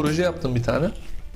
proje yaptım bir tane.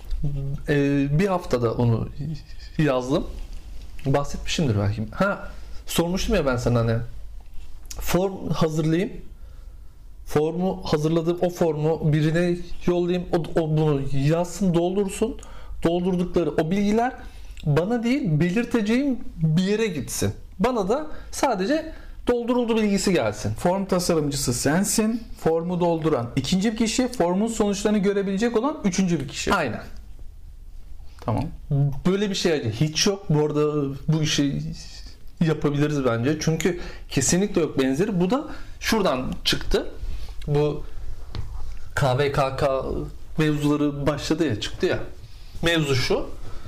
Bir haftada onu yazdım. Bahsetmişimdir belki. Sormuştum ya ben sana hani form hazırlayayım. Formu hazırladım. O formu birine yollayayım. O bunu yazsın, doldursun. Doldurdukları o bilgiler bana değil, belirteceğim bir yere gitsin. Bana da sadece dolduruldu bilgisi gelsin. Form tasarımcısı sensin. Formu dolduran ikinci bir kişi. Formun sonuçlarını görebilecek olan üçüncü bir kişi. Aynen. Tamam. Böyle bir şey hiç yok. Bu arada bu işi yapabiliriz bence. Çünkü kesinlikle yok benzeri. Bu da şuradan çıktı. Bu KVKK mevzuları başladı ya, çıktı ya. Mevzu şu.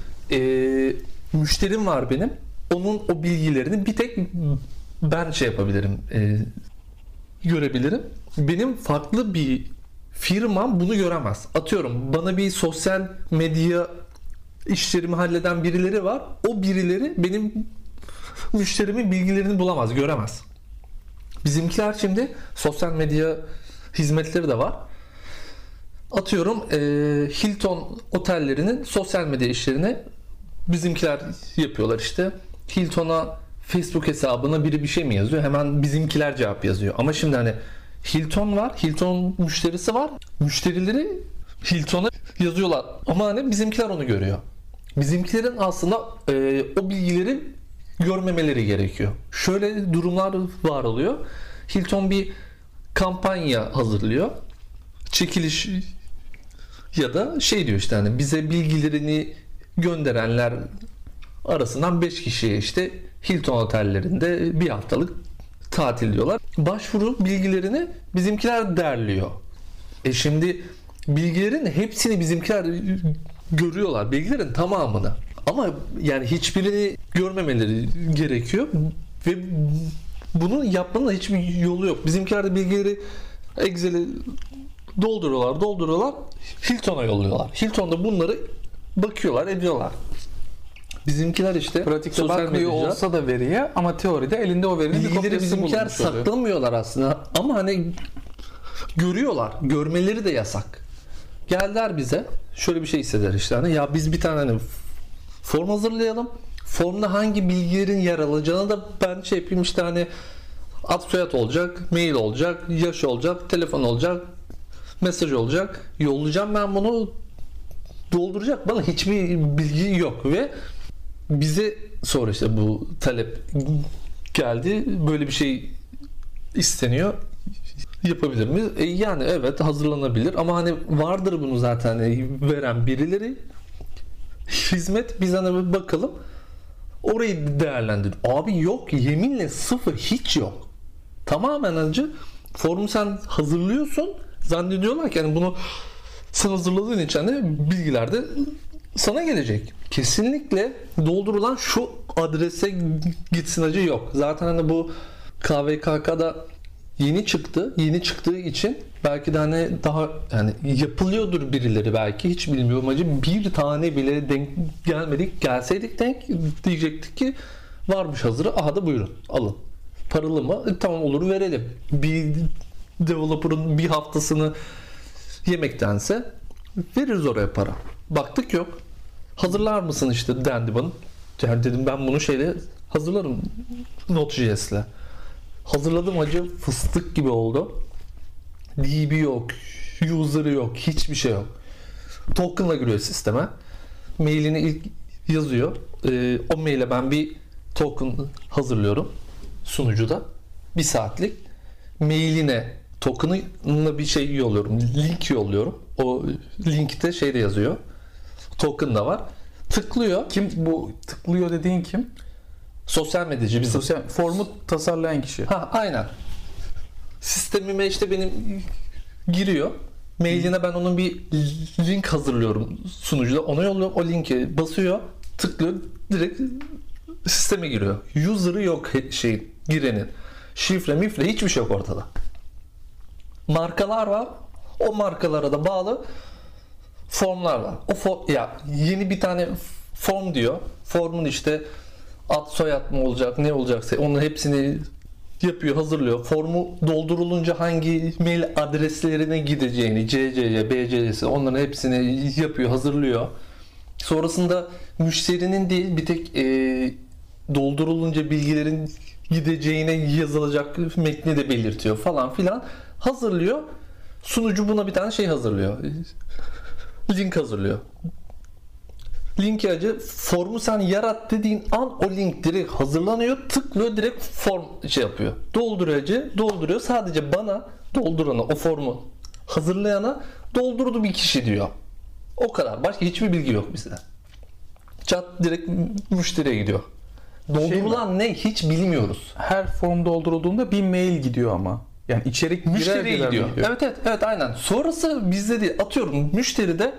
Müşterim var benim. Onun o bilgilerini bir tek ben şey yapabilirim. Görebilirim. Benim farklı bir firmam bunu göremez. Atıyorum bana bir sosyal medya işlerimi halleden birileri var. O birileri benim müşterimin bilgilerini bulamaz, göremez. Bizimkiler şimdi sosyal medya hizmetleri de var. Atıyorum Hilton otellerinin sosyal medya işlerini bizimkiler yapıyorlar işte. Hilton'a Facebook hesabına biri bir şey mi yazıyor? Hemen bizimkiler cevap yazıyor. Ama şimdi hani Hilton var. Hilton müşterisi var. Müşterileri Hilton'a yazıyorlar. Ama hani bizimkiler onu görüyor. Bizimkilerin aslında o bilgileri görmemeleri gerekiyor. Şöyle durumlar var oluyor. Hilton bir kampanya hazırlıyor. Çekiliş ya da şey diyor işte hani bize bilgilerini gönderenler arasından 5 kişiye işte Hilton otellerinde bir haftalık tatil diyorlar. Başvuru bilgilerini bizimkiler derliyor. Şimdi bilgilerin hepsini bizimkiler görüyorlar. Bilgilerin tamamını. Ama yani hiçbirini görmemeleri gerekiyor ve bunu yapmanın da hiçbir yolu yok. Bizimkiler de bilgileri Excel'e dolduruyorlar. Hilton'a yolluyorlar. Hilton'da bunları bakıyorlar, ediyorlar. Bizimkiler işte pratikte bakmıyor olsa da veriye ama teoride elinde o verinin bir kopyası bizimkiler saklamıyorlar aslında ama hani görüyorlar. Görmeleri de yasak. Geldiler bize. Şöyle bir şey istediler işte hani ya biz bir tane hani form hazırlayalım. Formda hangi bilgilerin yer alacağını da ben şey yapayım işte hani ad soyad olacak, mail olacak, yaş olacak, telefon olacak, mesaj olacak. Yollayacağım ben bunu, dolduracak. Bana hiçbir bilgi yok ve bize sonra işte bu talep geldi. Böyle bir şey isteniyor. Yapabilir miyiz? Yani evet hazırlanabilir ama hani vardır bunu zaten veren birileri. Hizmet biz hani bakalım. Orayı değerlendir. Abi yok, yeminle sıfır, hiç yok. Tamamen acı. Formu sen hazırlıyorsun. Zannediyorlar ki yani bunu sen hazırladığın için de bilgiler de sana gelecek. Kesinlikle doldurulan şu adrese gitsin acı yok. Zaten hani bu KVKK'da yeni çıktı. Yeni çıktığı için belki de hani daha yani yapılıyordur birileri belki. Hiç bilmiyorum acı. Bir tane bile denk gelmedik. Gelseydik denk diyecektik ki varmış hazırı. Aha da buyurun alın. Paralı mı? Tamam olur verelim. Bir developer'ın bir haftasını yemektense veririz oraya para. Baktık yok. Hazırlar mısın işte dendi bana. Yani dedim ben bunu şeyle hazırlarım. Node.js'le. Hazırladım acı, fıstık gibi oldu. DB yok, user'ı yok, hiçbir şey yok. Token'la giriyor sisteme. Mailini ilk yazıyor. O maile ben bir token hazırlıyorum sunucuda. 1 saatlik. Mailine token'la bir şey yolluyorum. Link yolluyorum. O linkte şey de yazıyor. Token da var. Tıklıyor. Kim bu tıklıyor dediğin kim? Sosyal medyacı bizim. Formu tasarlayan kişi. Aynen. Sistemime işte benim giriyor. Mailine ben onun bir link hazırlıyorum sunucuda. Ona yolluyorum. O linki basıyor. Tıklıyor. Direkt sisteme giriyor. User'ı yok girenin. Şifre mifre hiçbir şey yok ortada. Markalar var. O markalara da bağlı formlar var. Yeni bir tane form diyor. Formun işte ad soyad mı olacak, ne olacaksa onun hepsini yapıyor, hazırlıyor. Formu doldurulunca hangi mail adreslerine gideceğini, CCC, BCC'si onların hepsini yapıyor, hazırlıyor. Sonrasında müşterinin değil bir tek doldurulunca bilgilerin gideceğine yazılacak metni de belirtiyor falan filan. Hazırlıyor. Sunucu buna bir tane şey hazırlıyor. Link hazırlıyor. Linki acı formu sen yarat dediğin an o link direkt hazırlanıyor. Tıklıyor, direkt form şey yapıyor. Dolduruyor. Sadece bana doldurana, o formu hazırlayana doldurdu bir kişi diyor. O kadar. Başka hiçbir bilgi yok bizde. Chat direkt müşteriye gidiyor. Doldurulan ne hiç bilmiyoruz. Her form doldurulduğunda bir mail gidiyor ama. Yani içerik Müşteriye gidiyor. Evet aynen. Sonrası bizde değil. Atıyorum müşteri de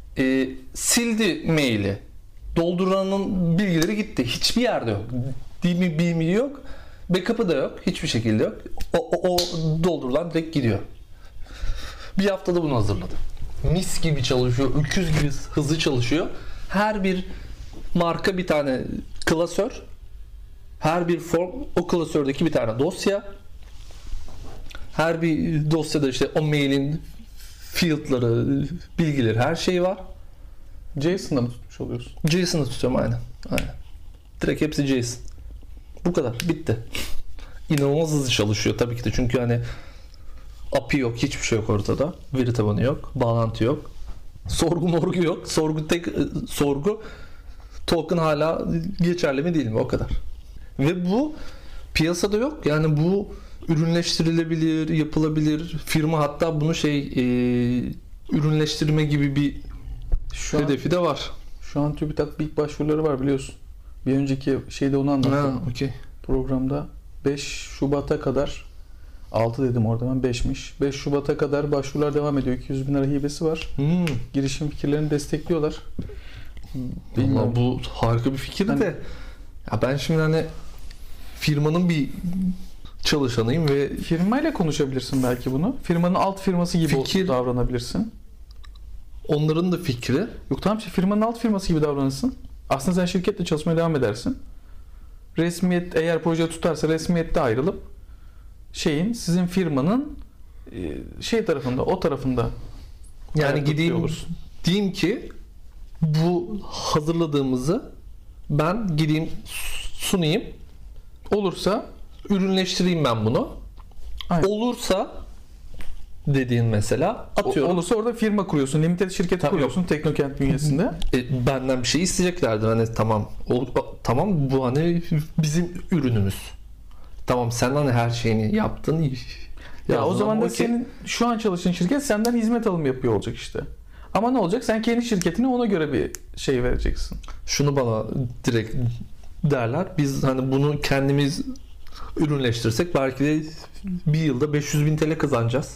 sildi maili. Dolduranın bilgileri gitti. Hiçbir yerde yok. Bilmi yok. Backup'ı da yok. Hiçbir şekilde yok. O doldurulan direkt gidiyor. Bir haftada bunu hazırladı. Mis gibi çalışıyor. Öküz gibi hızlı çalışıyor. Her bir marka bir tane klasör. Her bir form o klasördeki bir tane dosya. Her bir dosyada işte o mailin field'ları, bilgileri, her şey var. JSON'da mı tutmuş oluyorsun? JSON'da tutuyorum aynen. Direkt hepsi JSON. Bu kadar. Bitti. İnanılmaz hızlı çalışıyor tabii ki de. Çünkü hani API yok. Hiçbir şey yok ortada. Veri tabanı yok. Bağlantı yok. Sorgu yok. Sorgu token hala geçerli mi değil mi? O kadar. Ve bu piyasada yok. Yani bu ürünleştirilebilir, yapılabilir. Firma hatta bunu ürünleştirme gibi bir hedefi de var. Şu an TÜBİTAK ilk başvuruları var biliyorsun. Bir önceki şeyde onu anlattım. Okay. Programda 5 Şubat'a kadar 6 dedim orada ben 5'miş. 5 Şubat'a kadar başvurular devam ediyor. 200 bin lira hibesi var. Girişim fikirlerini destekliyorlar. Bilmiyorum. Bu harika bir fikir de. Ya ben şimdi hani firmanın bir çalışanıyım ve firmayla konuşabilirsin belki bunu. Firmanın alt firması gibi davranabilirsin. Onların da fikri. Yok tamam işte firmanın alt firması gibi davranırsın. Aslında sen şirketle çalışmaya devam edersin. Resmiyet eğer proje tutarsa resmiyette ayrılıp sizin firmanın tarafında, o tarafında yani gideyim diyeyim ki bu hazırladığımızı ben gideyim sunayım. Olursa ürünleştireyim ben bunu. Aynen. Olursa dediğin mesela atıyorum. Olursa orada firma kuruyorsun. Limited şirket kuruyorsun Teknokent bünyesinde. Benden bir şey isteyeceklerdi. Hani tamam bu hani bizim ürünümüz. Tamam sen hani her şeyini yaptın. Ya o zaman da senin şu an çalıştığın şirket senden hizmet alımı yapıyor olacak işte. Ama ne olacak? Sen kendi şirketine ona göre bir şey vereceksin. Şunu bana direkt derler. Biz hani bunu kendimiz ürünleştirsek belki de bir yılda 500 bin TL kazanacağız.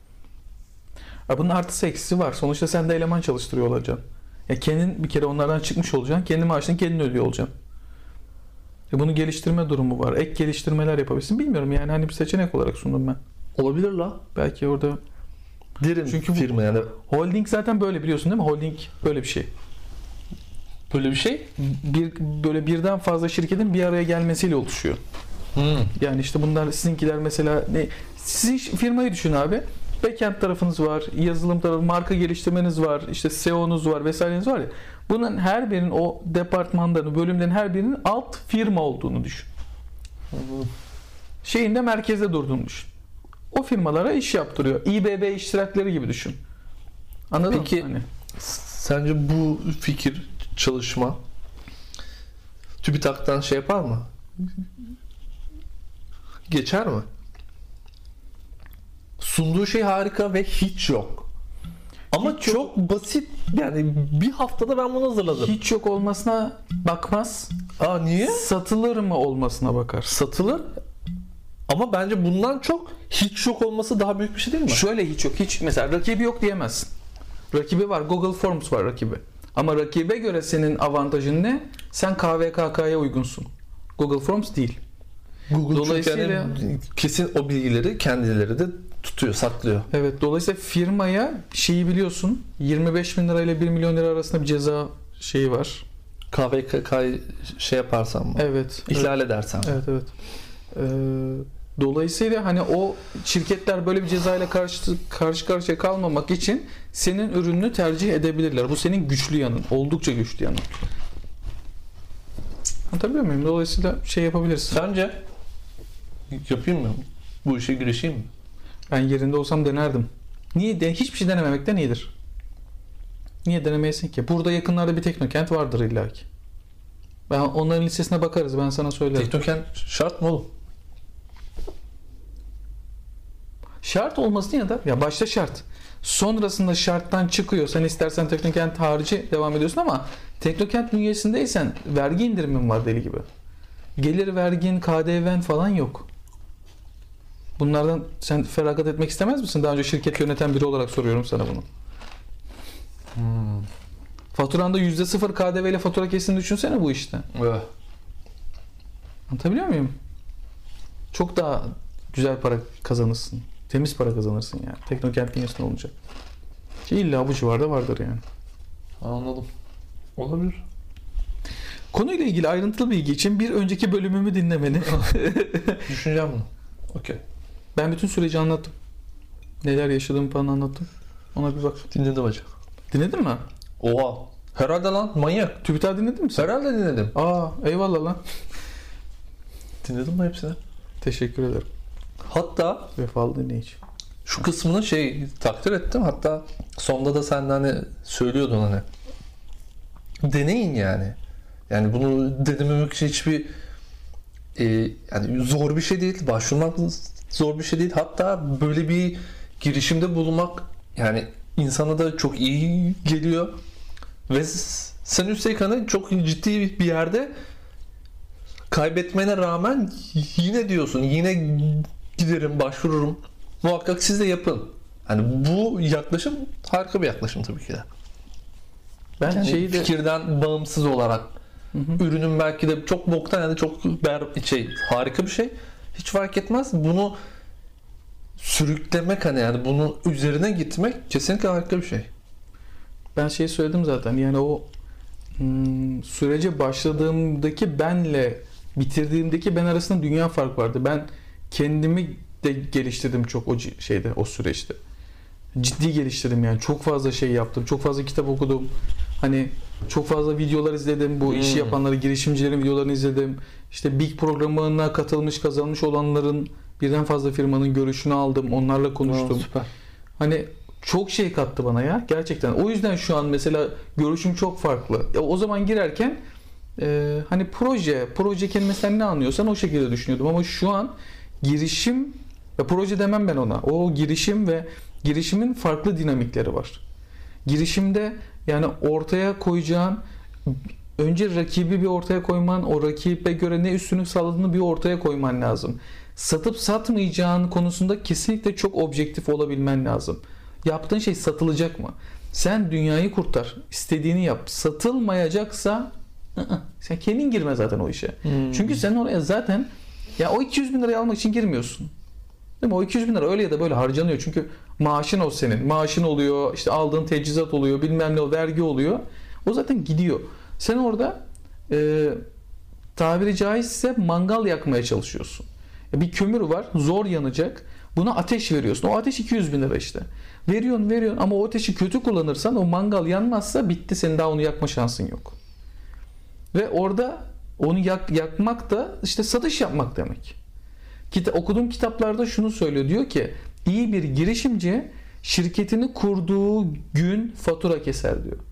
Bunun artısı eksisi var. Sonuçta sen de eleman çalıştırıyor olacaksın. Ya kendin bir kere onlardan çıkmış olacaksın. Kendi maaşını kendin ödüyor olacaksın. Bunun geliştirme durumu var. Ek geliştirmeler yapabilirsin. Bilmiyorum yani hani bir seçenek olarak sundum ben. Olabilir la. Belki orada derin çünkü firma yani. Holding zaten böyle biliyorsun değil mi? Holding böyle bir şey. Böyle bir şey? Böyle birden fazla şirketin bir araya gelmesiyle oluşuyor. Yani işte bunlar sizinkiler mesela sizin firmayı düşün abi. Backend tarafınız var, yazılım tarafı, marka geliştirmeniz var, işte SEO'nuz var vesaireniz var ya. Bunun her birinin o departmanların, bölümlerin her birinin alt firma olduğunu düşün. De merkezde durduğunu düşün. O firmalara iş yaptırıyor. İBB iştirakleri gibi düşün. Anladın mı? Peki sence bu fikir, çalışma TÜBİTAK'tan yapar mı? Geçer mi? Sunduğu şey harika ve hiç yok. Ama hiç çok basit. Yani bir haftada ben bunu hazırladım. Hiç yok olmasına bakmaz. Niye? Satılır mı olmasına bakar. Satılır. Ama bence bundan çok hiç yok olması daha büyük bir şey değil mi? Şöyle hiç yok. Hiç mesela rakibi yok diyemezsin. Rakibi var. Google Forms var rakibi. Ama rakibe göre senin avantajın ne? Sen KVKK'ya uygunsun. Google Forms değil. Google dolayısıyla yani kesin o bilgileri kendileri de tutuyor, saklıyor. Evet. Dolayısıyla firmaya biliyorsun. 25 bin lira ile 1 milyon lira arasında bir ceza var. KVKK'yı yaparsam mı? Evet. İhlal edersem. Evet. Dolayısıyla hani o şirketler böyle bir cezayla karşı karşıya kalmamak için senin ürününü tercih edebilirler. Bu senin güçlü yanın. Oldukça güçlü yanın. Anlatabiliyor muyum? Dolayısıyla şey yapabilirsin. Sence yapayım mı? Bu işe girişeyim mi? Ben yerinde olsam denerdim. Niye? Hiçbir şey denememekten iyidir. Niye denemeyesin ki? Burada yakınlarda bir Teknokent vardır illaki. Ben onların listesine bakarız. Ben sana söylerim. Teknokent şart mı oğlum? Şart olması ya da ya başta şart. Sonrasında şarttan çıkıyor. Sen istersen Teknokent harici devam ediyorsun ama Teknokent bünyesindeysen vergi indirimin var deli gibi. Gelir vergin, KDV'n falan yok. Bunlardan sen feragat etmek istemez misin? Daha önce şirket yöneten biri olarak soruyorum sana bunu. Faturanda %0 KDV ile fatura kesini düşünsene bu işte. Evet. Anlatabiliyor muyum? Çok daha güzel para kazanırsın. Temiz para kazanırsın yani. Teknokent bünyesinde olunca. Ki illa bu civarda vardır yani. Anladım. Olabilir. Konuyla ilgili ayrıntılı bilgi için bir önceki bölümümü dinlemeni. Düşüneceğim bunu. Okey. Ben bütün süreci anlattım. Neler yaşadığımı falan anlattım. Ona bir bak. Dinledim hacı. Dinledin mi? Oha. Herhalde lan manyak. TÜBİTAK dinledin mi sen? Herhalde dinledim. Aa, eyvallah lan. Dinledim mi hepsini? Teşekkür ederim. Hatta Vefalı dinleyici. şu kısmını takdir ettim. Hatta sonda da sen de hani söylüyordun hani. Deneyin yani. Yani bunu denememek için hiçbir yani zor bir şey değil. Başvurmak zor bir şey değil. Hatta böyle bir girişimde bulunmak yani insana da çok iyi geliyor. Ve sen üstelik hani çok ciddi bir yerde kaybetmene rağmen yine diyorsun yine giderim başvururum. Muhakkak siz de yapın. Hani bu yaklaşım harika bir yaklaşım tabii ki de. Ben Yani şeyi de fikirden bağımsız olarak ürünün belki de çok boktan ya da çok harika bir şey. Hiç fark etmez. Bunu sürüklemek hani yani bunu üzerine gitmek kesinlikle harika bir şey. ben şeyi söyledim zaten. Yani o sürece başladığımdaki benle bitirdiğimdeki ben arasında dünya fark vardı. Ben kendimi de geliştirdim çok o süreçte. Ciddi geliştirdim yani. Çok fazla şey yaptım. Çok fazla kitap okudum. Hani çok fazla videolar izledim. Bu işi yapanları, girişimcilerin videolarını izledim. İşte Big programına katılmış, kazanmış olanların birden fazla firmanın görüşünü aldım. Onlarla konuştum. Süper. Hani çok şey kattı bana ya. Gerçekten. O yüzden şu an mesela görüşüm çok farklı. O zaman girerken hani proje kelimesinden ne anlıyorsan o şekilde düşünüyordum. Ama şu an girişim ve proje demem ben ona. O girişim ve girişimin farklı dinamikleri var. Girişimde yani ortaya koyacağın önce rakibi bir ortaya koyman, o rakibe göre ne üstünlük sağladığını bir ortaya koyman lazım. Satıp satmayacağın konusunda kesinlikle çok objektif olabilmen lazım. Yaptığın şey satılacak mı? Sen dünyayı kurtar. İstediğini yap. Satılmayacaksa sen kendin girme zaten o işe. Çünkü sen oraya zaten ya o 200 bin lirayı almak için girmiyorsun. Değil mi? O 200 bin lira öyle ya da böyle harcanıyor. Çünkü maaşın o senin. Maaşın oluyor, işte aldığın teçhizat oluyor, bilmem ne vergi oluyor. O zaten gidiyor. Sen orada tabiri caizse mangal yakmaya çalışıyorsun. Bir kömür var, zor yanacak. Buna ateş veriyorsun. O ateş 200 bin lira işte. Veriyorsun ama o ateşi kötü kullanırsan o mangal yanmazsa bitti. Senin daha onu yakma şansın yok. Ve orada onu yakmak da işte satış yapmak demek. Okuduğum kitaplarda şunu söylüyor. Diyor ki iyi bir girişimci şirketini kurduğu gün fatura keser diyor.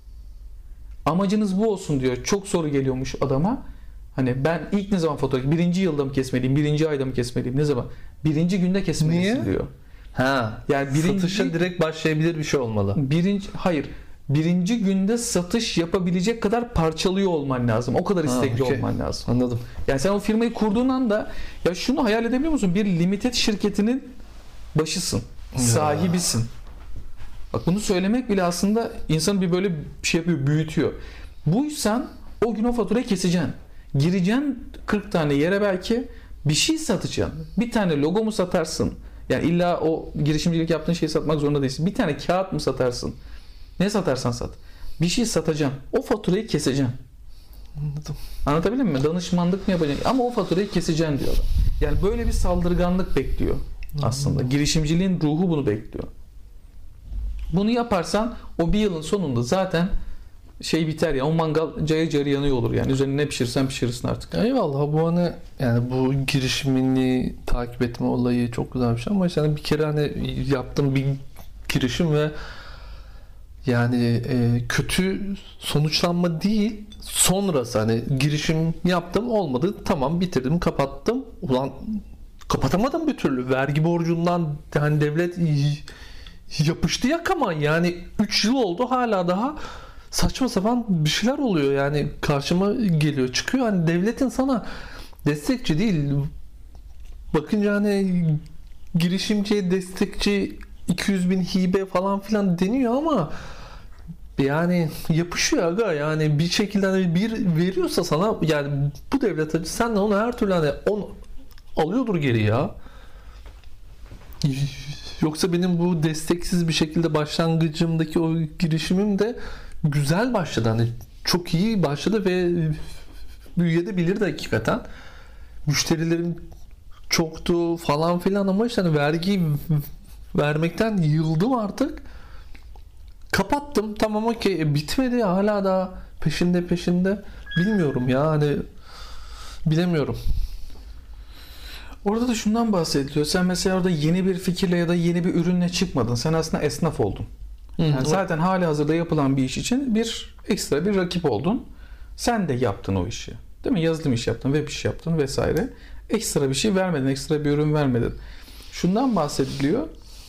Amacınız bu olsun diyor. Çok soru geliyormuş adama. Hani ben ilk ne zaman fatura? Birinci yılda mı kesmeliyim? Birinci ayda mı kesmeliyim? Ne zaman? Birinci günde kesmelisin. Niye? Diyor. Yani satışa direkt başlayabilir bir şey olmalı. Birinci günde satış yapabilecek kadar parçalıyor olman lazım. O kadar istekli olman lazım. Anladım. Yani sen o firmayı kurduğun anda ya şunu hayal edebiliyor musun? Bir limited şirketinin başısın. Sahibisin. Bak bunu söylemek bile aslında insanı bir böyle bir şey yapıyor, büyütüyor. Buysan o gün o faturayı keseceksin. Gireceksin 40 tane yere belki bir şey satacaksın. Bir tane logo mu satarsın? Yani illa o girişimcilik yaptığın şeyi satmak zorunda değilsin. Bir tane kağıt mı satarsın? Ne satarsan sat. Bir şey satacaksın. O faturayı keseceksin. Anladım. Anlatabildim mi? Danışmanlık mı yapacaksın? Ama o faturayı keseceksin diyorlar. Yani böyle bir saldırganlık bekliyor aslında. Girişimciliğin ruhu bunu bekliyor. Bunu yaparsan o bir yılın sonunda zaten şey biter ya, o mangal cayır cayır yanıyor olur yani. Üzerine ne pişirsen pişirirsin artık. Eyvallah, bu hani yani bu girişimini takip etme olayı çok güzel bir şey ama işte hani bir kere hani yaptığım bir girişim ve yani kötü sonuçlanma değil, sonrası hani girişim yaptım olmadı, tamam bitirdim kapattım, ulan kapatamadım bir türlü, vergi borcundan yani devlet yapıştı yakama, yani 3 yıl oldu hala daha saçma sapan bir şeyler oluyor yani karşıma geliyor çıkıyor, hani devletin sana destekçi değil, bakınca hani girişimciye destekçi 200.000 hibe falan filan deniyor ama yani yapışıyor aga, yani bir şekilde hani bir veriyorsa sana yani bu devlet, sen de onu her türlü hani onu alıyordur geri ya. Yoksa benim bu desteksiz bir şekilde başlangıcımdaki o girişimim de güzel başladı. Hani çok iyi başladı ve büyüyebilirdi hakikaten. Müşterilerim çoktu falan filan ama işte hani vergi vermekten yıldım artık. Kapattım. Tamam, okey. Bitmedi. Hala da peşinde. Bilmiyorum ya. Hani bilemiyorum. Orada da şundan bahsediliyor. Sen mesela orada yeni bir fikirle ya da yeni bir ürünle çıkmadın. Sen aslında esnaf oldun. Yani zaten hali hazırda yapılan bir iş için bir ekstra bir rakip oldun. Sen de yaptın o işi. Değil mi? Yazılım iş yaptın, web iş yaptın vesaire. Ekstra bir şey vermedin, ekstra bir ürün vermedin. Şundan bahsediliyor.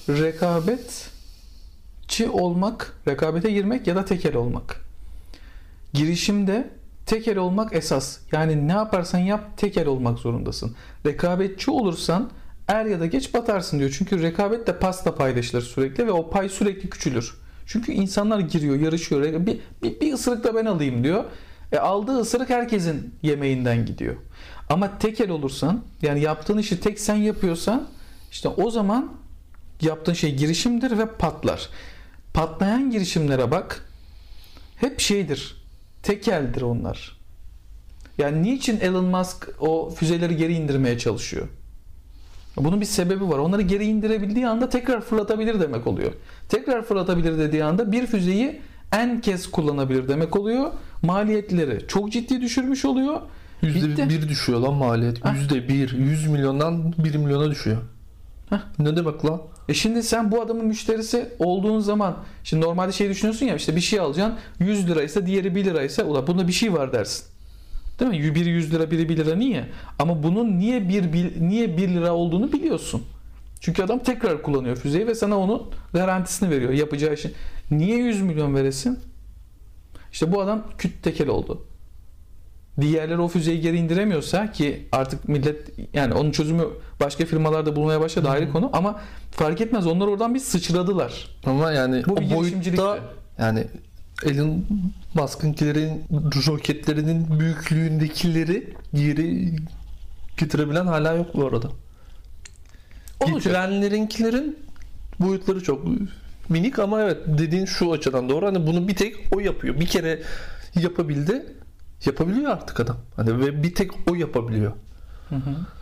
Rekabetçi olmak, rekabete girmek ya da tekel olmak. Girişimde tekel olmak esas. Yani ne yaparsan yap tekel olmak zorundasın. Rekabetçi olursan er ya da geç batarsın diyor. Çünkü rekabetle pasta paylaşılır sürekli ve o pay sürekli küçülür. Çünkü insanlar giriyor, yarışıyor. Bir ısırık da ben alayım diyor. Aldığı ısırık herkesin yemeğinden gidiyor. Ama tekel olursan, yani yaptığın işi tek sen yapıyorsan, işte o zaman yaptığın şey girişimdir ve patlar. Patlayan girişimlere bak. Hep şeydir. Tekeldir onlar. Yani niçin Elon Musk o füzeleri geri indirmeye çalışıyor? Bunun bir sebebi var. Onları geri indirebildiği anda tekrar fırlatabilir demek oluyor. Tekrar fırlatabilir dediği anda bir füzeyi en kez kullanabilir demek oluyor. Maliyetleri çok ciddi düşürmüş oluyor. %1 düşüyor lan maliyet. %1. 100 milyondan 1 milyona düşüyor. Ne demek lan? Şimdi sen bu adamın müşterisi olduğun zaman, şimdi normalde şey düşünüyorsun ya, işte bir şey alacaksın 100 liraysa diğeri 1 liraysa ulan bunda bir şey var dersin. Değil mi? Biri 100 lira, biri 1 lira, niye? Ama bunun niye 1 lira olduğunu biliyorsun. Çünkü adam tekrar kullanıyor füzeyi ve sana onun garantisini veriyor yapacağı işin. Niye 100 milyon veresin? İşte bu adam küt tekel oldu. Diğerleri o füzeyi geri indiremiyorsa, ki artık millet yani onun çözümü başka firmalarda bulmaya başladı, ayrı konu, ama fark etmez, onlar oradan bir sıçradılar. Ama yani Bu o boyutta yani Elon Musk'ınkilerin roketlerinin büyüklüğündekileri geri getirebilen hala yok bu arada. Getirenlerinkilerin boyutları çok minik ama evet, dediğin şu açıdan doğru. Hani bunu bir tek o yapıyor. Bir kere yapabildi. Yapabiliyor artık adam. Hani ve bir tek o yapabiliyor. Hı.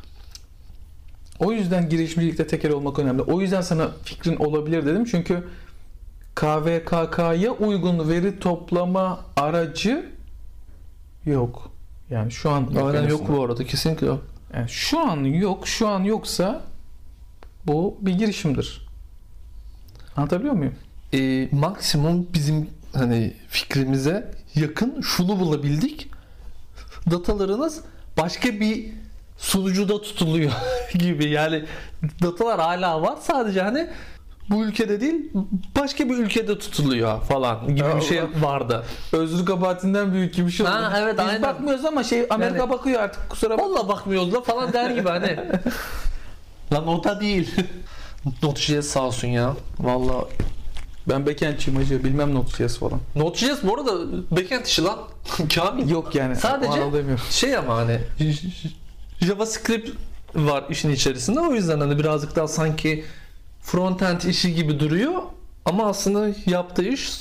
O yüzden girişimcilikte tekel olmak önemli. O yüzden sana fikrin olabilir dedim. Çünkü KVKK'ya uygun veri toplama aracı yok. Yani şu an aynen yok bu arada. Kesinlikle yok. Yani şu an yok. Şu an yoksa bu bir girişimdir. Anlatabiliyor muyum? Maksimum bizim hani fikrimize yakın şunu bulabildik. Datalarınız başka bir sunucuda tutuluyor gibi. Yani datalar hala var. Sadece hani bu ülkede değil başka bir ülkede tutuluyor falan gibi bir şey vardı. Özrü kabahatinden büyük gibi bir şey oldu. Evet, biz aynen. bakmıyoruz ama Amerika yani, bakıyor artık, kusura bakma. Vallahi bakmıyoruz da falan der gibi hani. Lan o da değil. Node.js sağ olsun ya. Vallahi ben backend'çiyim hacı, bilmem Node.js falan. Node.js bu arada backend işi lan. Kamil. Yok yani. Sadece şey ama hani JavaScript var işin içerisinde. O yüzden hani birazcık daha sanki frontend işi gibi duruyor. Ama aslında yaptığı iş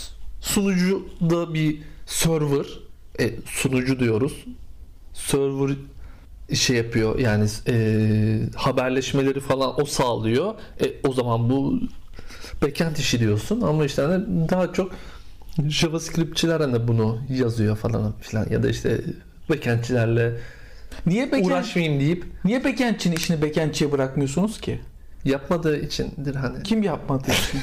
sunucuda bir server. Sunucu diyoruz. Server şey yapıyor yani haberleşmeleri falan o sağlıyor. O zaman bu backend işi diyorsun ama işte hani daha çok JavaScriptçiler hani bunu yazıyor falan filan ya da işte backendçilerle uğraşmayayım deyip Niye backendçinin işini backendçiye bırakmıyorsunuz ki? yapmadığı içindir hani. Kim yapmadığı için?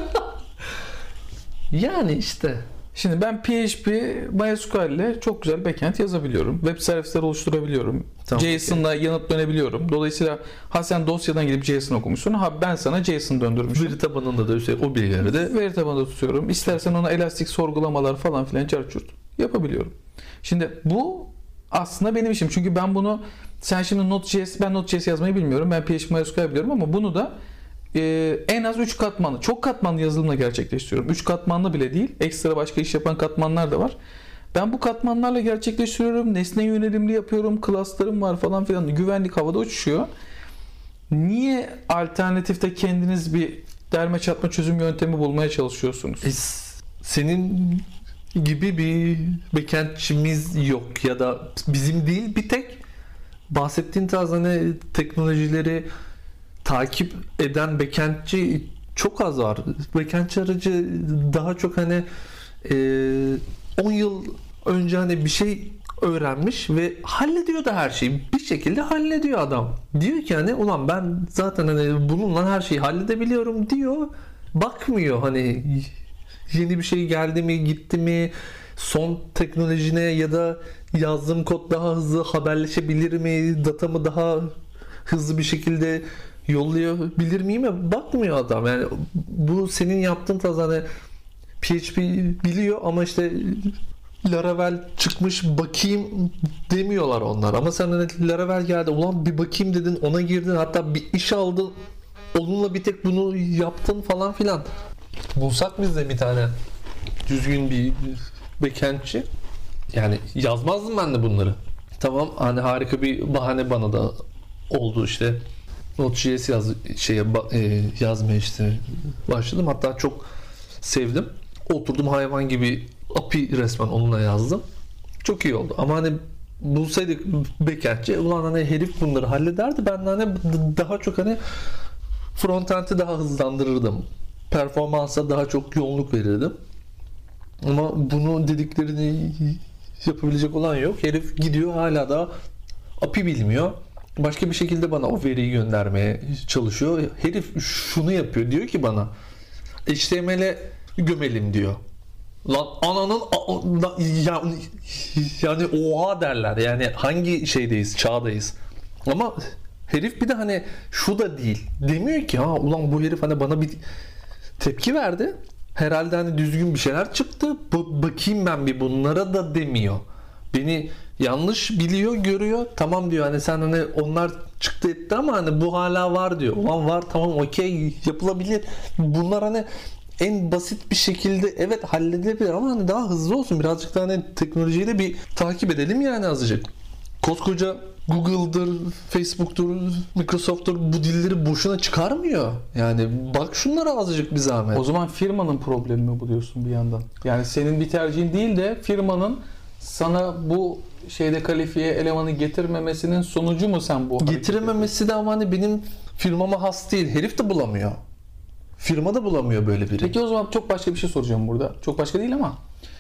Yani işte. Şimdi ben PHP, MySQL ile çok güzel backend yazabiliyorum. Web servisler oluşturabiliyorum. Tamam, JSON'la yanıt dönebiliyorum. Dolayısıyla sen dosyadan gidip JSON okumuşsun. Ben sana JSON döndürmüşüm. Veri tabanında da üstelik o bilgileri de Veri tabanında tutuyorum. İstersen ona elastik sorgulamalar falan filan çarçurt yapabiliyorum. Şimdi bu aslında benim işim. Çünkü ben bunu sen şimdi ben Node.js yazmayı bilmiyorum. Ben PHP, MySQL biliyorum ama bunu da en az 3 katmanlı, çok katmanlı yazılımla gerçekleştiriyorum. 3 katmanlı bile değil. Ekstra başka iş yapan katmanlar da var. Ben bu katmanlarla gerçekleştiriyorum. Nesne yönelimli yapıyorum. Class'larım var falan filan. Güvenlik havada uçuşuyor. Niye alternatifte kendiniz bir derme çatma çözüm yöntemi bulmaya çalışıyorsunuz? Senin gibi bir backendçimiz yok ya da bizim değil, bir tek bahsettiğin tarz hani teknolojileri takip eden backendçi çok az var. Backendçi aracı daha çok hani 10 yıl önce hani bir şey öğrenmiş ve hallediyor da her şeyi. Bir şekilde hallediyor adam. Diyor ki hani ulan ben zaten hani bununla her şeyi halledebiliyorum diyor. Bakmıyor hani yeni bir şey geldi mi, gitti mi, son teknolojine ya da yazdığım kod daha hızlı haberleşebilir mi, datamı daha hızlı bir şekilde yollayabilir miyim? Bakmıyor adam. Yani bu senin yaptığın tarz hani PHP biliyor ama işte Laravel çıkmış bakayım demiyorlar onlar. Ama sen hani Laravel geldi ulan bir bakayım dedin, ona girdin, hatta bir iş aldın, onunla bir tek bunu yaptın falan filan. Bulsak biz de bir tane düzgün bir backendçi. Yani yazmazdım ben de bunları. Tamam hani harika bir bahane bana da oldu işte. Node.js yazmaya işte başladım. Hatta çok sevdim. Oturdum hayvan gibi API resmen onunla yazdım. Çok iyi oldu. Ama hani bulsaydık backendçi ulan hani herif bunları hallederdi. Ben de hani daha çok hani frontend'i daha hızlandırırdım. Performansa daha çok yoğunluk verirdim. Ama bunu dediklerini yapabilecek olan yok. Herif gidiyor hala da API bilmiyor. Başka bir şekilde bana o veriyi göndermeye çalışıyor. Herif şunu yapıyor. Diyor ki bana HTML'e gömelim diyor. Lan ananın yani oha derler. Yani hangi şeydeyiz, çağdayız. Ama herif bir de hani şu da değil. Demiyor ki ha ulan bu herif hani bana bir tepki verdi. Herhalde hani düzgün bir şeyler çıktı. Bakayım ben bir bunlara da demiyor. Beni yanlış biliyor, görüyor. Tamam diyor hani sen hani onlar çıktı etti ama hani bu hala var diyor. Ulan var, tamam, okey, yapılabilir. Bunlar hani en basit bir şekilde evet halledilebilir ama hani daha hızlı olsun. Birazcık daha hani teknolojiyi de bir takip edelim yani azıcık. Koskoca Google'dır, Facebook'tur, Microsoft'tur bu dilleri boşuna çıkarmıyor. Yani bak şunlara azıcık bir zahmet. O zaman firmanın problemi mi bu diyorsun bir yandan? Yani senin bir tercihin değil de firmanın sana bu şeyde kalifiye elemanı getirmemesinin sonucu mu sen bu? Getirememesi de ama hani benim firmama has değil. Herif de bulamıyor. Firma da bulamıyor böyle biri. Peki o zaman çok başka bir şey soracağım burada. Çok başka değil ama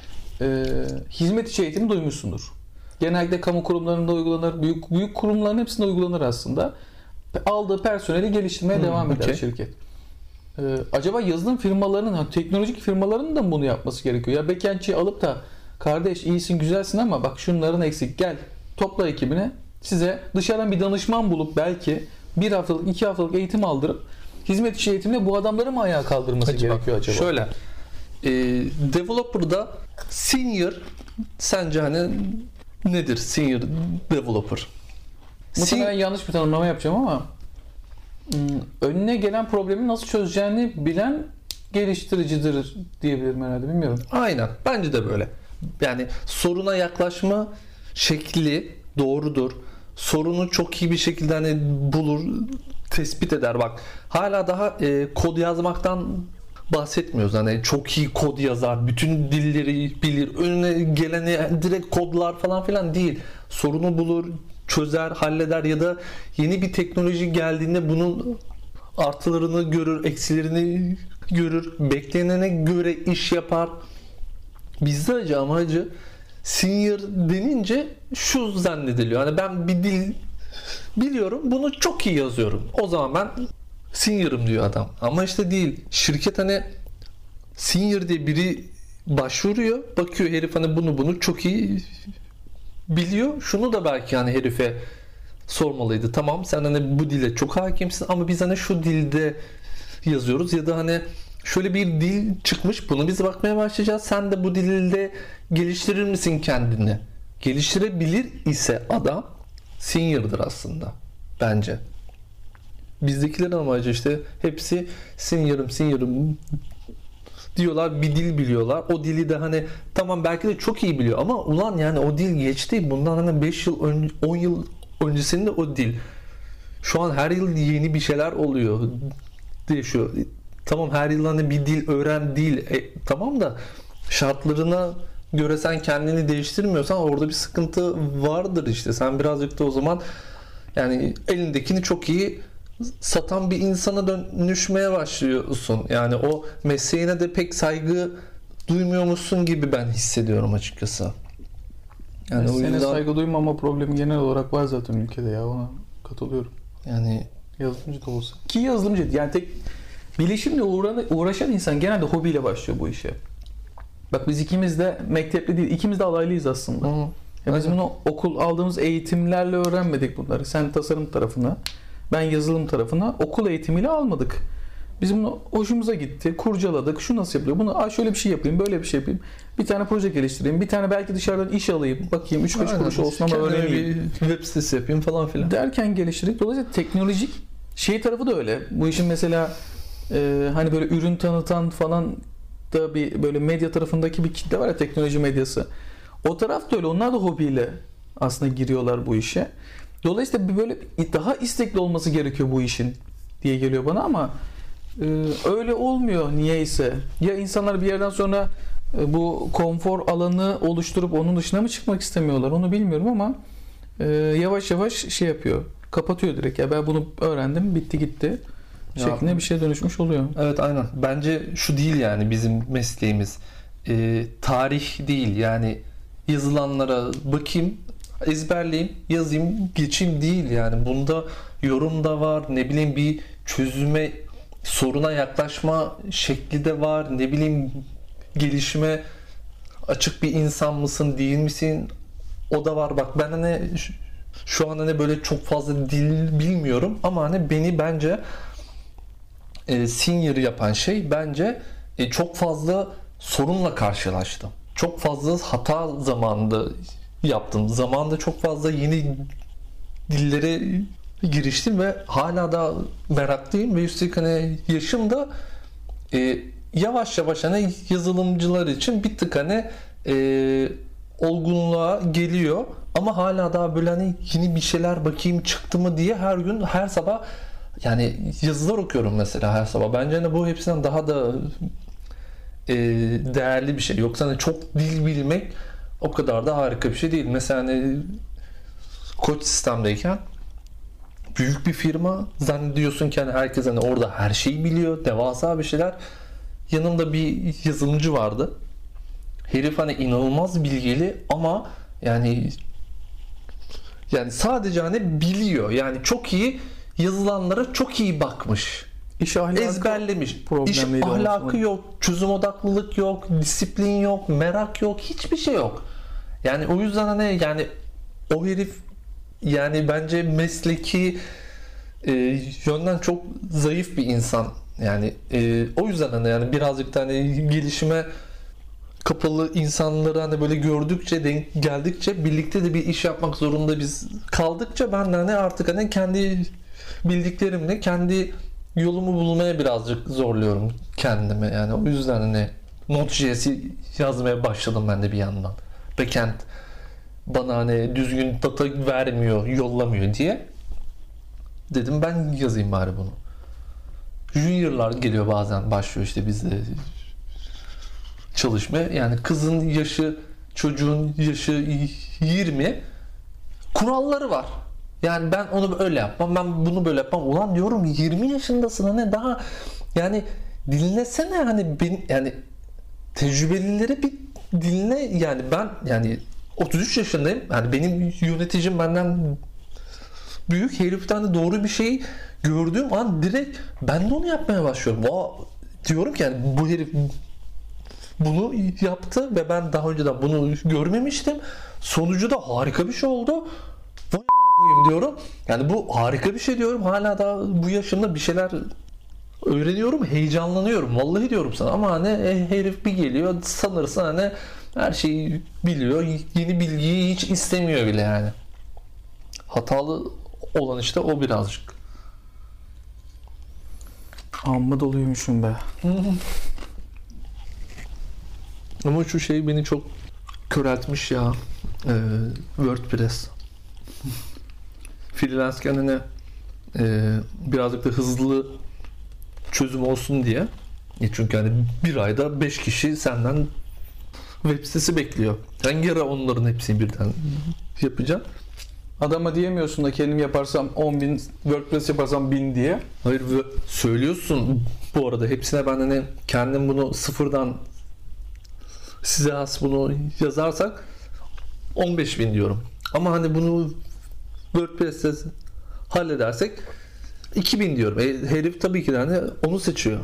hizmet içi eğitimi duymuşsundur. Genellikle kamu kurumlarında uygulanır. Büyük kurumların hepsinde uygulanır aslında. Aldığı personeli geliştirmeye devam eder şirket. Acaba yazılım firmalarının, teknolojik firmalarının da mı bunu yapması gerekiyor? Ya backendçiyi alıp da kardeş iyisin güzelsin ama bak şunların eksik, gel topla ekibine, size dışarıdan bir danışman bulup belki 1 haftalık 2 haftalık eğitim aldırıp hizmet içi eğitimle bu adamları mı ayağa kaldırması gerekiyor acaba? Şöyle developer'da senior sence hani nedir senior developer? Muhtemelen yanlış bir tanımlama yapacağım ama önüne gelen problemi nasıl çözeceğini bilen geliştiricidir diyebilirim herhalde, bilmiyorum. Aynen. Bence de böyle. Yani soruna yaklaşma şekli doğrudur. Sorunu çok iyi bir şekilde hani bulur, tespit eder. Bak hala daha kod yazmaktan bahsetmiyoruz. Hani çok iyi kod yazar, bütün dilleri bilir, önüne geleni direkt kodlar falan filan değil. Sorunu bulur, çözer, halleder ya da yeni bir teknoloji geldiğinde bunun artılarını görür, eksilerini görür, beklenene göre iş yapar. Bizde amacı senior denince şu zannediliyor. Hani ben bir dil biliyorum, bunu çok iyi yazıyorum. O zaman ben senior'ım diyor adam. Ama işte değil. Şirket hani senior diye biri başvuruyor. Bakıyor herif hani bunu çok iyi biliyor. Şunu da belki hani herife sormalıydı. Tamam sen hani bu dile çok hakimsin ama biz hani şu dilde yazıyoruz ya da hani şöyle bir dil çıkmış, bunu biz bakmaya başlayacağız. Sen de bu dilde geliştirir misin kendini? Geliştirebilir ise adam senior'dır aslında bence. Bizdekilerin amacı işte hepsi senior'ım diyorlar, bir dil biliyorlar. O dili de hani tamam belki de çok iyi biliyor ama ulan yani o dil geçti. Bundan hani 5 yıl 10 yıl öncesinde o dil. Şu an her yıl yeni bir şeyler oluyor. Değişiyor. Tamam her yıl hani bir dil öğren değil. Tamam da şartlarına göre sen kendini değiştirmiyorsan orada bir sıkıntı vardır işte. Sen birazcık da o zaman yani elindekini çok iyi satan bir insana dönüşmeye başlıyorsun. Yani o mesleğine de pek saygı duymuyormuşsun gibi ben hissediyorum açıkçası. Yani o Mesleğine yüzden saygı duymama problemi genel olarak var zaten ülkede ya, ona katılıyorum. yani Yazılımcı da olsa. Ki yazılımcı yani tek bilişimle uğraşan insan genelde hobiyle başlıyor bu işe. Bak biz ikimiz de mektepli değil, ikimiz de alaylıyız aslında. Ya biz bunu okul aldığımız eğitimlerle öğrenmedik bunları. Sen tasarım tarafına, ben yazılım tarafına okul eğitimiyle almadık. Biz bunu hoşumuza gitti, kurcaladık. Şu nasıl yapılıyor? Bunu şöyle bir şey yapayım, böyle bir şey yapayım. Bir tane proje geliştireyim, bir tane belki dışarıdan iş alayım, bakayım 3-5 kuruş olsun ama kendime öğreneyim. bir web sitesi yapayım falan filan. Derken geliştirdik. Dolayısıyla teknolojik şey tarafı da öyle. Bu işin mesela hani böyle ürün tanıtan falan da bir böyle medya tarafındaki bir kitle var ya, teknoloji medyası. O taraf da öyle. Onlar da hobiyle aslında giriyorlar bu işe. Dolayısıyla bir böyle daha istekli olması gerekiyor bu işin diye geliyor bana ama öyle olmuyor niyeyse. Ya insanlar bir yerden sonra bu konfor alanı oluşturup onun dışına mı çıkmak istemiyorlar onu bilmiyorum ama yavaş yavaş şey yapıyor. Kapatıyor direkt. Ya ben bunu öğrendim, bitti gitti şeklinde bir şeye dönüşmüş oluyor. Evet aynen. Bence şu değil yani bizim mesleğimiz. Tarih değil yani yazılanlara bakayım, ezberleyeyim, yazayım, geçeyim değil yani. Bunda yorum da var. Ne bileyim bir çözüme, soruna yaklaşma şekli de var. Ne bileyim gelişime açık bir insan mısın, değil misin? O da var. Bak ben hani şu an hani böyle çok fazla dil bilmiyorum ama hani beni bence senior yapan şey bence çok fazla sorunla karşılaştım. Çok fazla hata zamanında yaptım. Zamanında çok fazla yeni dillere giriştim ve hala da meraklıyım ve üstelik hani yaşım da yavaş yavaş hani yazılımcılar için bir tık hani olgunluğa geliyor ama hala daha böyle hani yeni bir şeyler bakayım çıktı mı diye her gün her sabah yani yazılar okuyorum mesela her sabah. Bence hani bu hepsinden daha da değerli bir şey. Yoksa hani çok dil bilmek o kadar da harika bir şey değil. Mesela hani Koç sistemdeyken büyük bir firma zannediyorsun ki hani herkes hani orada her şeyi biliyor. Devasa bir şeyler. Yanımda bir yazılımcı vardı. Herif hani inanılmaz bilgili ama yani sadece hani biliyor. Yani çok iyi yazılanlara çok iyi bakmış. İş ahlakı Ezberlemiş. İş problemliydi ahlakı aslında. yok, çözüm odaklılık yok, disiplin yok, merak yok, hiçbir şey yok. Yani o yüzden hani yani o herif yani bence mesleki yönden çok zayıf bir insan. Yani o yüzden hani yani birazcık da hani gelişime kapalı insanları hani böyle gördükçe denk geldikçe birlikte de bir iş yapmak zorunda biz kaldıkça ben de hani artık hani kendi bildiklerimle kendi yolumu bulmaya birazcık zorluyorum kendime yani o yüzden hani Node.js'i yazmaya başladım ben de bir yandan. Backend bana hani düzgün data vermiyor, yollamıyor diye dedim ben yazayım bari bunu. Junior'lar geliyor bazen başlıyor işte bizde çalışmaya. Yani kızın yaşı çocuğun yaşı 20 kuralları var. Yani ben onu öyle yapmam, ben bunu böyle yapmam. Ulan diyorum 20 yaşındasın hani daha yani dinlesene hani yani tecrübelileri bir dinle yani ben yani 33 yaşındayım. Yani benim yöneticim benden büyük heriften de doğru bir şey gördüğüm an direkt ben de onu yapmaya başlıyorum. Diyorum ki yani bu herif bunu yaptı ve ben daha önceden bunu görmemiştim. Sonucu da harika bir şey oldu. Vay koyayım diyorum. Yani bu harika bir şey diyorum. Hala daha bu yaşımda bir şeyler öğreniyorum, heyecanlanıyorum. Vallahi diyorum sana. Ama hani herif bir geliyor sanırsın hani her şeyi biliyor. Yeni bilgiyi hiç istemiyor bile yani. Hatalı olan işte o birazcık. Amma doluymuşum be. Ama şu şey beni çok köreltmiş ya. WordPress. Freelance'ken hani birazcık da hızlı çözüm olsun diye. Çünkü hani bir ayda 5 kişi senden web sitesi bekliyor. Hangi ara onların hepsini birden yapacağım? Adama diyemiyorsun da kendim yaparsam 10.000, WordPress yaparsam 1000 diye. Hayır söylüyorsun bu arada hepsine ben hani kendim bunu sıfırdan size has bunu yazarsak 15.000 diyorum. Ama hani bunu WordPress'te halledersek 2.000 diyorum. Herif tabii ki de hani onu seçiyor.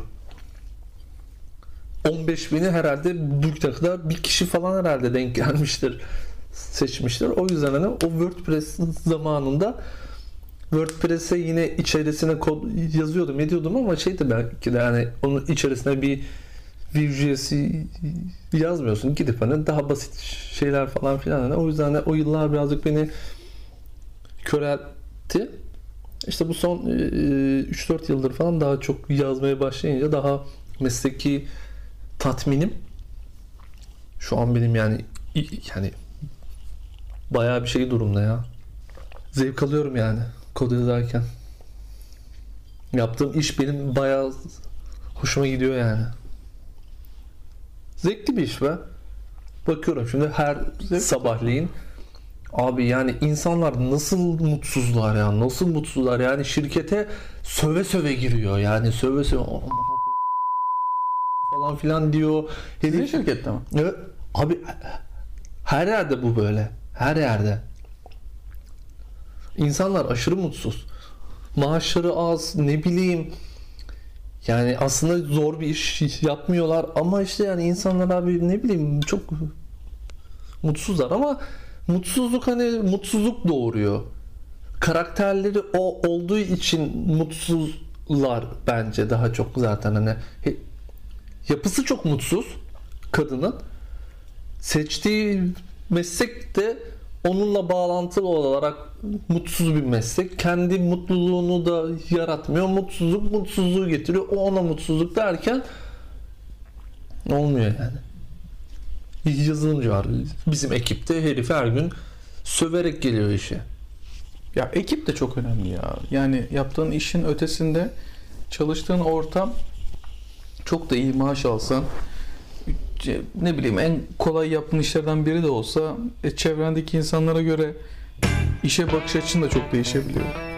15.000'i herhalde bu kadar bir kişi falan herhalde denk gelmiştir. Seçmiştir. O yüzden hani o WordPress zamanında WordPress'e yine içerisine kod yazıyordum, ediyordum ama şeydi belki de hani onun içerisine bir Vue.js yazmıyorsun. Gidip hani daha basit şeyler falan filan. Hani o yüzden hani o yıllar birazcık beni köreltti. İşte bu son 3-4 yıldır falan daha çok yazmaya başlayınca daha mesleki tatminim. Şu an benim yani bayağı bir şey durumda ya. Zevk alıyorum yani kod yazarken. Yaptığım iş benim bayağı hoşuma gidiyor yani. Zevkli bir iş be. Bakıyorum şimdi her sabahleyin abi yani insanlar nasıl mutsuzlar ya, nasıl mutsuzlar yani şirkete söve söve giriyor yani söve söve falan filan diyor. Sizin şirkette mi? Evet. Abi her yerde bu böyle. Her yerde. İnsanlar aşırı mutsuz. Maaşları az, ne bileyim. Yani aslında zor bir iş yapmıyorlar ama işte yani insanlar abi ne bileyim çok mutsuzlar ama mutsuzluk hani mutsuzluk doğuruyor. Karakterleri o olduğu için mutsuzlar bence daha çok zaten hani yapısı çok mutsuz kadının. Seçtiği meslek de onunla bağlantılı olarak mutsuz bir meslek. Kendi mutluluğunu da yaratmıyor. Mutsuzluk mutsuzluğu getiriyor. O ona mutsuzluk derken olmuyor yani. Yazılımcı var. Bizim ekipte herif her gün söverek geliyor işe. Ya ekip de çok önemli ya. Yani yaptığın işin ötesinde çalıştığın ortam çok da iyi maaş alsan ne bileyim en kolay yaptığın işlerden biri de olsa çevrendeki insanlara göre işe bakış açın da çok değişebiliyor.